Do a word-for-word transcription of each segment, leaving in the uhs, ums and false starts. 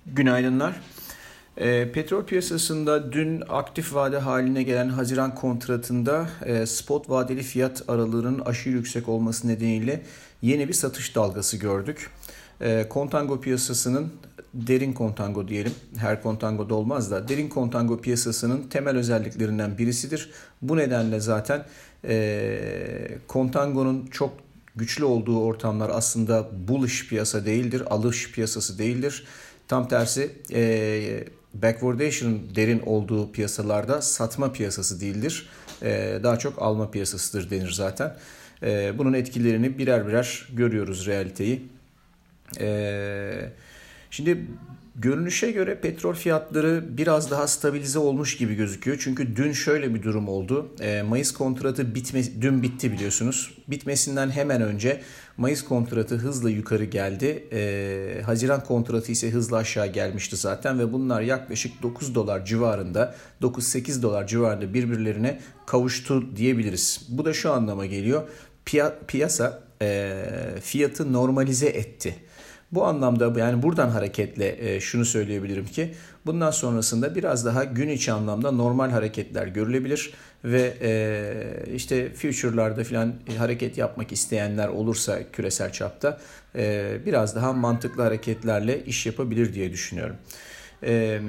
Günaydınlar. E, petrol piyasasında dün aktif vade haline gelen Haziran kontratında e, spot vadeli fiyat aralığının aşırı yüksek olması nedeniyle yeni bir satış dalgası gördük. E, kontango piyasasının, derin kontango diyelim, her kontangoda olmaz da derin kontango piyasasının temel özelliklerinden birisidir. Bu nedenle zaten e, kontangonun çok güçlü olduğu ortamlar aslında bullish piyasa değildir, alış piyasası değildir. Tam tersi e, backwardation derin olduğu piyasalarda satma piyasası değildir. E, daha çok alma piyasasıdır denir zaten. E, bunun etkilerini birer birer görüyoruz realiteyi. E, şimdi görünüşe göre petrol fiyatları biraz daha stabilize olmuş gibi gözüküyor. Çünkü dün şöyle bir durum oldu. E, Mayıs kontratı bitme, dün bitti biliyorsunuz. Bitmesinden hemen önce Mayıs kontratı hızla yukarı geldi. E, Haziran kontratı ise hızla aşağı gelmişti zaten ve bunlar yaklaşık dokuz dolar civarında, dokuz sekiz dolar civarında birbirlerine kavuştu diyebiliriz. Bu da şu anlama geliyor. Piya, piyasa e, fiyatı normalize etti. Bu anlamda yani buradan hareketle e, şunu söyleyebilirim ki bundan sonrasında biraz daha gün içi anlamda normal hareketler görülebilir ve e, işte future'larda falan hareket yapmak isteyenler olursa küresel çapta e, biraz daha mantıklı hareketlerle iş yapabilir diye düşünüyorum. E,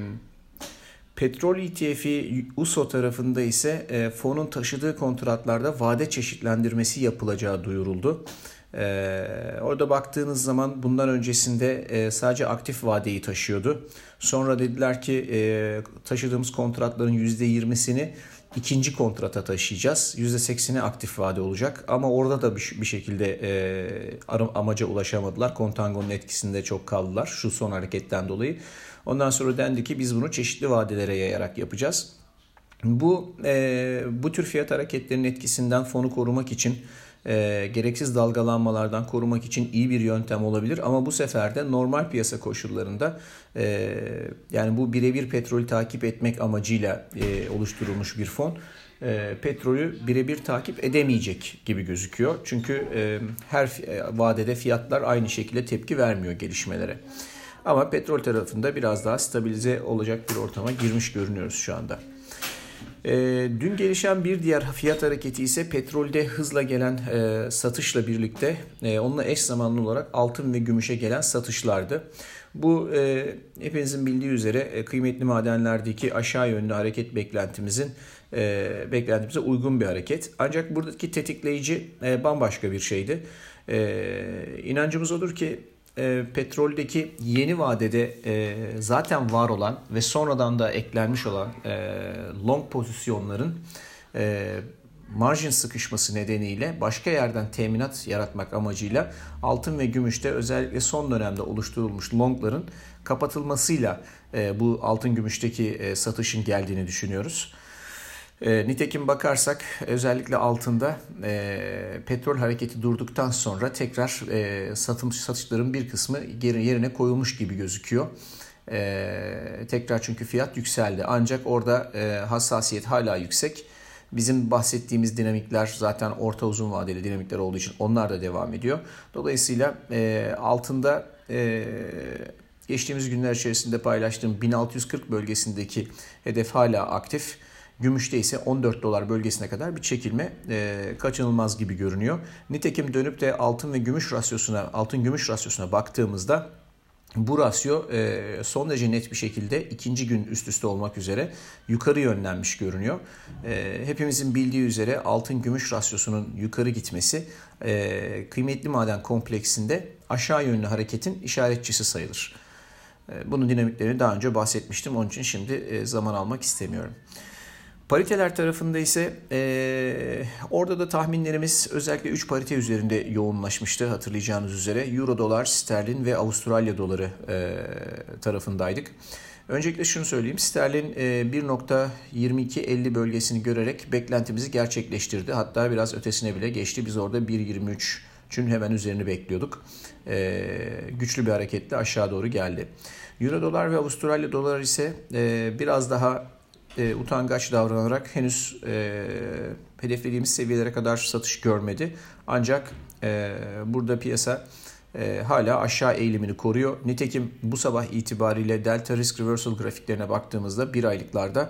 Petrol E T F'i U S O tarafında ise e, fonun taşıdığı kontratlarda vade çeşitlendirmesi yapılacağı duyuruldu. Ee, orada baktığınız zaman bundan öncesinde e, sadece aktif vadeyi taşıyordu. Sonra dediler ki e, taşıdığımız kontratların yüzde yirmisini ikinci kontrata taşıyacağız. yüzde sekseni aktif vade olacak. Ama orada da bir, bir şekilde e, amaca ulaşamadılar. Kontangonun etkisinde çok kaldılar şu son hareketten dolayı. Ondan sonra dendi ki biz bunu çeşitli vadelere yayarak yapacağız. Bu e, bu tür fiyat hareketlerinin etkisinden fonu korumak için E, gereksiz dalgalanmalardan korumak için iyi bir yöntem olabilir ama bu sefer de normal piyasa koşullarında e, yani bu birebir petrolü takip etmek amacıyla e, oluşturulmuş bir fon e, petrolü birebir takip edemeyecek gibi gözüküyor. Çünkü e, her vadede fiyatlar aynı şekilde tepki vermiyor gelişmelere. Ama petrol tarafında biraz daha stabilize olacak bir ortama girmiş görünüyoruz şu anda. E, dün gelişen bir diğer fiyat hareketi ise petrolde hızla gelen e, satışla birlikte e, onunla eş zamanlı olarak altın ve gümüşe gelen satışlardı. Bu e, hepinizin bildiği üzere e, kıymetli madenlerdeki aşağı yönlü hareket beklentimizin e, beklentimize uygun bir hareket. Ancak buradaki tetikleyici e, bambaşka bir şeydi. E, inancımız odur ki E, petroldeki yeni vadede e, zaten var olan ve sonradan da eklenmiş olan e, long pozisyonların e, marjin sıkışması nedeniyle başka yerden teminat yaratmak amacıyla altın ve gümüşte özellikle son dönemde oluşturulmuş longların kapatılmasıyla e, bu altın gümüşteki e, satışın geldiğini düşünüyoruz. E, nitekim bakarsak özellikle altında e, petrol hareketi durduktan sonra tekrar e, satım satışların bir kısmı geri yerine koyulmuş gibi gözüküyor. E, tekrar çünkü fiyat yükseldi. Ancak orada e, hassasiyet hala yüksek. Bizim bahsettiğimiz dinamikler zaten orta uzun vadeli dinamikler olduğu için onlar da devam ediyor. Dolayısıyla e, altında e, geçtiğimiz günler içerisinde paylaştığım bin altı yüz kırk bölgesindeki hedef hala aktif. Gümüşte ise on dört dolar bölgesine kadar bir çekilme e, kaçınılmaz gibi görünüyor. Nitekim dönüp de altın ve gümüş rasyosuna, altın gümüş rasyosuna baktığımızda bu rasyo e, son derece net bir şekilde ikinci gün üst üste olmak üzere yukarı yönlenmiş görünüyor. E, hepimizin bildiği üzere altın gümüş rasyosunun yukarı gitmesi e, kıymetli maden kompleksinde aşağı yönlü hareketin işaretçisi sayılır. E, bunun dinamiklerini daha önce bahsetmiştim. Onun için şimdi e, zaman almak istemiyorum. Pariteler tarafında ise e, orada da tahminlerimiz özellikle üç parite üzerinde yoğunlaşmıştı hatırlayacağınız üzere. Euro, dolar, sterlin ve Avustralya doları e, tarafındaydık. Öncelikle şunu söyleyeyim, sterlin e, bir nokta yirmi iki elli bölgesini görerek beklentimizi gerçekleştirdi. Hatta biraz ötesine bile geçti. Biz orada bir yirmi üçün hemen üzerini bekliyorduk. E, güçlü bir hareketle aşağı doğru geldi. Euro, dolar ve Avustralya dolar ise e, biraz daha E, utangaç davranarak henüz e, hedeflediğimiz seviyelere kadar satış görmedi. Ancak e, burada piyasa e, hala aşağı eğilimini koruyor. Nitekim bu sabah itibariyle Delta Risk Reversal grafiklerine baktığımızda bir aylıklarda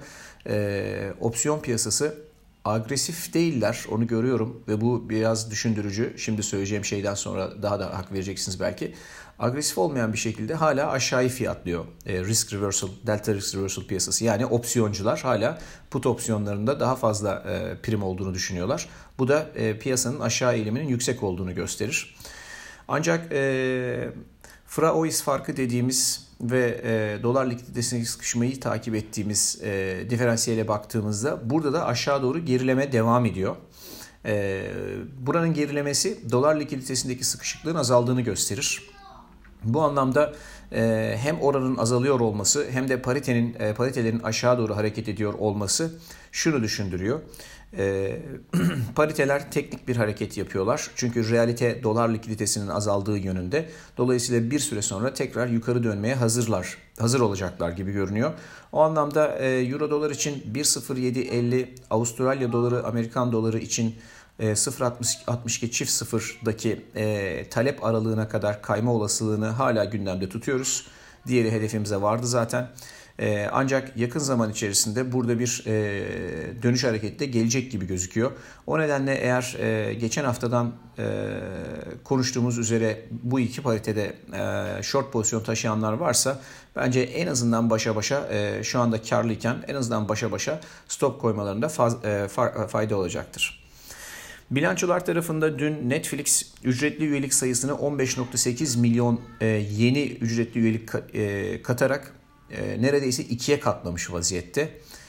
e, opsiyon piyasası agresif değiller, onu görüyorum ve bu biraz düşündürücü. Şimdi söyleyeceğim şeyden sonra daha da hak vereceksiniz belki. Agresif olmayan bir şekilde hala aşağıyı fiyatlıyor e, risk reversal, delta risk reversal piyasası. Yani opsiyoncular hala put opsiyonlarında daha fazla e, prim olduğunu düşünüyorlar. Bu da e, piyasanın aşağı eğiliminin yüksek olduğunu gösterir. Ancak e, F R A O İ S farkı dediğimiz ve e, dolar likiditesindeki sıkışmayı takip ettiğimiz e, diferansiyele baktığımızda burada da aşağı doğru gerileme devam ediyor. E, buranın gerilemesi dolar likiditesindeki sıkışıklığın azaldığını gösterir. Bu anlamda e, hem oranın azalıyor olması hem de paritenin e, paritelerin aşağı doğru hareket ediyor olması şunu düşündürüyor. E, pariteler teknik bir hareket yapıyorlar. Çünkü realite dolar likiditesinin azaldığı yönünde. Dolayısıyla bir süre sonra tekrar yukarı dönmeye hazırlar. Hazır olacaklar gibi görünüyor. O anlamda e, Euro dolar için bir nokta sıfır yedi elli, Avustralya doları, Amerikan doları için sıfır nokta altmış iki çift sıfırdaki e, talep aralığına kadar kayma olasılığını hala gündemde tutuyoruz. Diğeri hedefimize vardı zaten. E, ancak yakın zaman içerisinde burada bir e, dönüş hareketi de gelecek gibi gözüküyor. O nedenle eğer e, geçen haftadan e, konuştuğumuz üzere bu iki paritede e, short pozisyon taşıyanlar varsa bence en azından başa başa e, şu anda karlıyken en azından başa başa stop koymalarında faz, e, fayda olacaktır. Bilançolar tarafında dün Netflix ücretli üyelik sayısını on beş nokta sekiz milyon e, yeni ücretli üyelik e, katarak e, neredeyse ikiye katlamış vaziyette.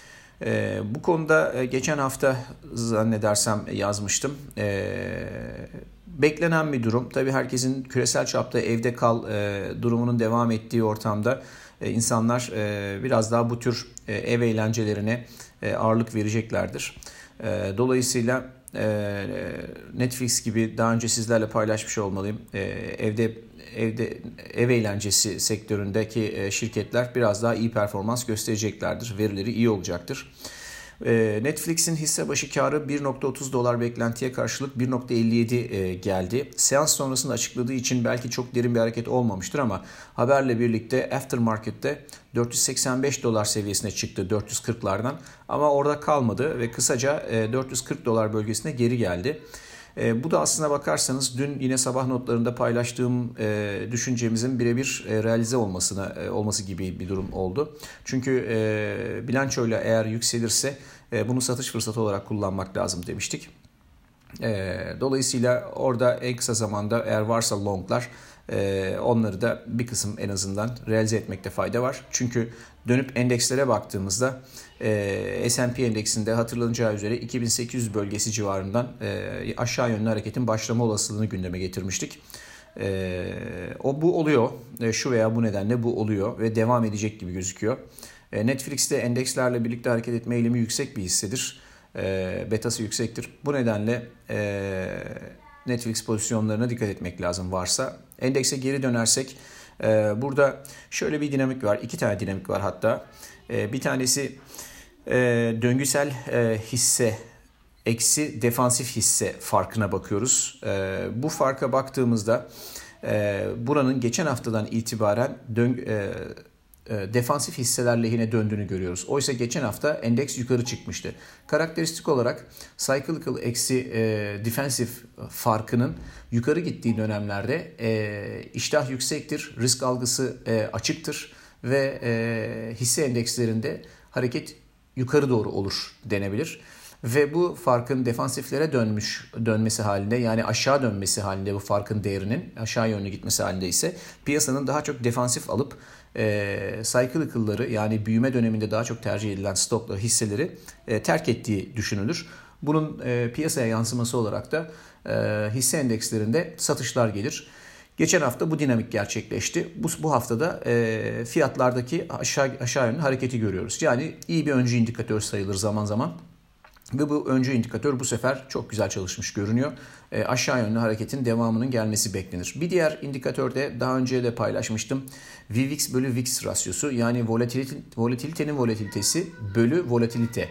E, bu konuda e, geçen hafta zannedersem yazmıştım. E, beklenen bir durum. Tabii herkesin küresel çapta evde kal e, durumunun devam ettiği ortamda e, insanlar e, biraz daha bu tür e, ev eğlencelerine e, ağırlık vereceklerdir. E, dolayısıyla Netflix gibi daha önce sizlerle paylaşmış olmalıyım. Evde evde ev eğlencesi sektöründeki şirketler biraz daha iyi performans göstereceklerdir. Verileri iyi olacaktır. Netflix'in hisse başı karı bir nokta otuz dolar beklentiye karşılık bir nokta elli yedi geldi. Seans sonrasında açıkladığı için belki çok derin bir hareket olmamıştır ama haberle birlikte aftermarket'te dört yüz seksen beş dolar seviyesine çıktı dört yüz kırklardan ama orada kalmadı ve kısaca dört yüz kırk dolar bölgesine geri geldi. E, bu da aslına bakarsanız dün yine sabah notlarında paylaştığım e, düşüncemizin birebir e, realize olmasına e, olması gibi bir durum oldu. Çünkü e, bilançoyla eğer yükselirse e, bunu satış fırsatı olarak kullanmak lazım demiştik. E, dolayısıyla orada en kısa zamanda eğer varsa longlar e, onları da bir kısım en azından realize etmekte fayda var. Çünkü dönüp endekslere baktığımızda e, S and P endeksinde hatırlanacağı üzere iki bin sekiz yüz bölgesi civarından e, aşağı yönlü hareketin başlama olasılığını gündeme getirmiştik. E, o bu oluyor. E, şu veya bu nedenle bu oluyor ve devam edecek gibi gözüküyor. E, Netflix'te endekslerle birlikte hareket etme eğilimi yüksek bir hissedir. E, betası yüksektir. Bu nedenle e, Netflix pozisyonlarına dikkat etmek lazım varsa. Endekse geri dönersek e, burada şöyle bir dinamik var. İki tane dinamik var hatta. E, bir tanesi e, döngüsel e, hisse eksi defansif hisse farkına bakıyoruz. E, bu farka baktığımızda e, buranın geçen haftadan itibaren döngü... E, defansif hisseler lehine döndüğünü görüyoruz. Oysa geçen hafta endeks yukarı çıkmıştı. Karakteristik olarak cyclical eksi e, defensive farkının yukarı gittiği dönemlerde e, iştah yüksektir, risk algısı e, açıktır ve e, hisse endekslerinde hareket yukarı doğru olur denebilir. Ve bu farkın defansiflere dönmüş dönmesi halinde yani aşağı dönmesi halinde bu farkın değerinin aşağı yönlü gitmesi halinde ise piyasanın daha çok defansif alıp e, cyclical'ları yani büyüme döneminde daha çok tercih edilen stokları hisseleri e, terk ettiği düşünülür. Bunun e, piyasaya yansıması olarak da e, hisse endekslerinde satışlar gelir. Geçen hafta bu dinamik gerçekleşti. Bu, bu haftada e, fiyatlardaki aşağı, aşağı yönlü hareketi görüyoruz. Yani iyi bir öncü indikatör sayılır zaman zaman. Ve bu öncü indikatör bu sefer çok güzel çalışmış görünüyor. E, aşağı yönlü hareketin devamının gelmesi beklenir. Bir diğer indikatörde daha önce de paylaşmıştım. V VIX bölü V I X rasyosu yani volatilite, volatilitenin volatilitesi bölü volatilite.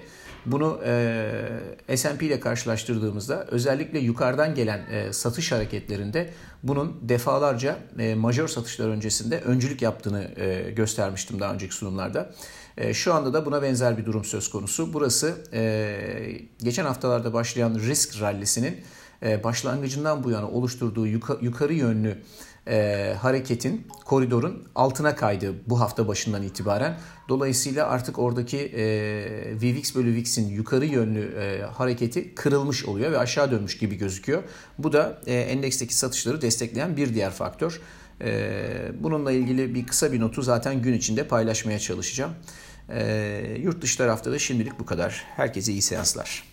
Bunu e, S and P ile karşılaştırdığımızda özellikle yukarıdan gelen e, satış hareketlerinde bunun defalarca e, majör satışlar öncesinde öncülük yaptığını e, göstermiştim daha önceki sunumlarda. E, şu anda da buna benzer bir durum söz konusu. Burası e, geçen haftalarda başlayan risk rallisinin e, başlangıcından bu yana oluşturduğu yuka, yukarı yönlü e, hareketin, koridorun altına kaydı bu hafta başından itibaren. Dolayısıyla artık oradaki e, V V X bölü V I X'in yukarı yönlü e, hareketi kırılmış oluyor ve aşağı dönmüş gibi gözüküyor. Bu da e, endeksteki satışları destekleyen bir diğer faktör. E, bununla ilgili bir kısa bir notu zaten gün içinde paylaşmaya çalışacağım. E, yurt dışı tarafta da şimdilik bu kadar. Herkese iyi seanslar.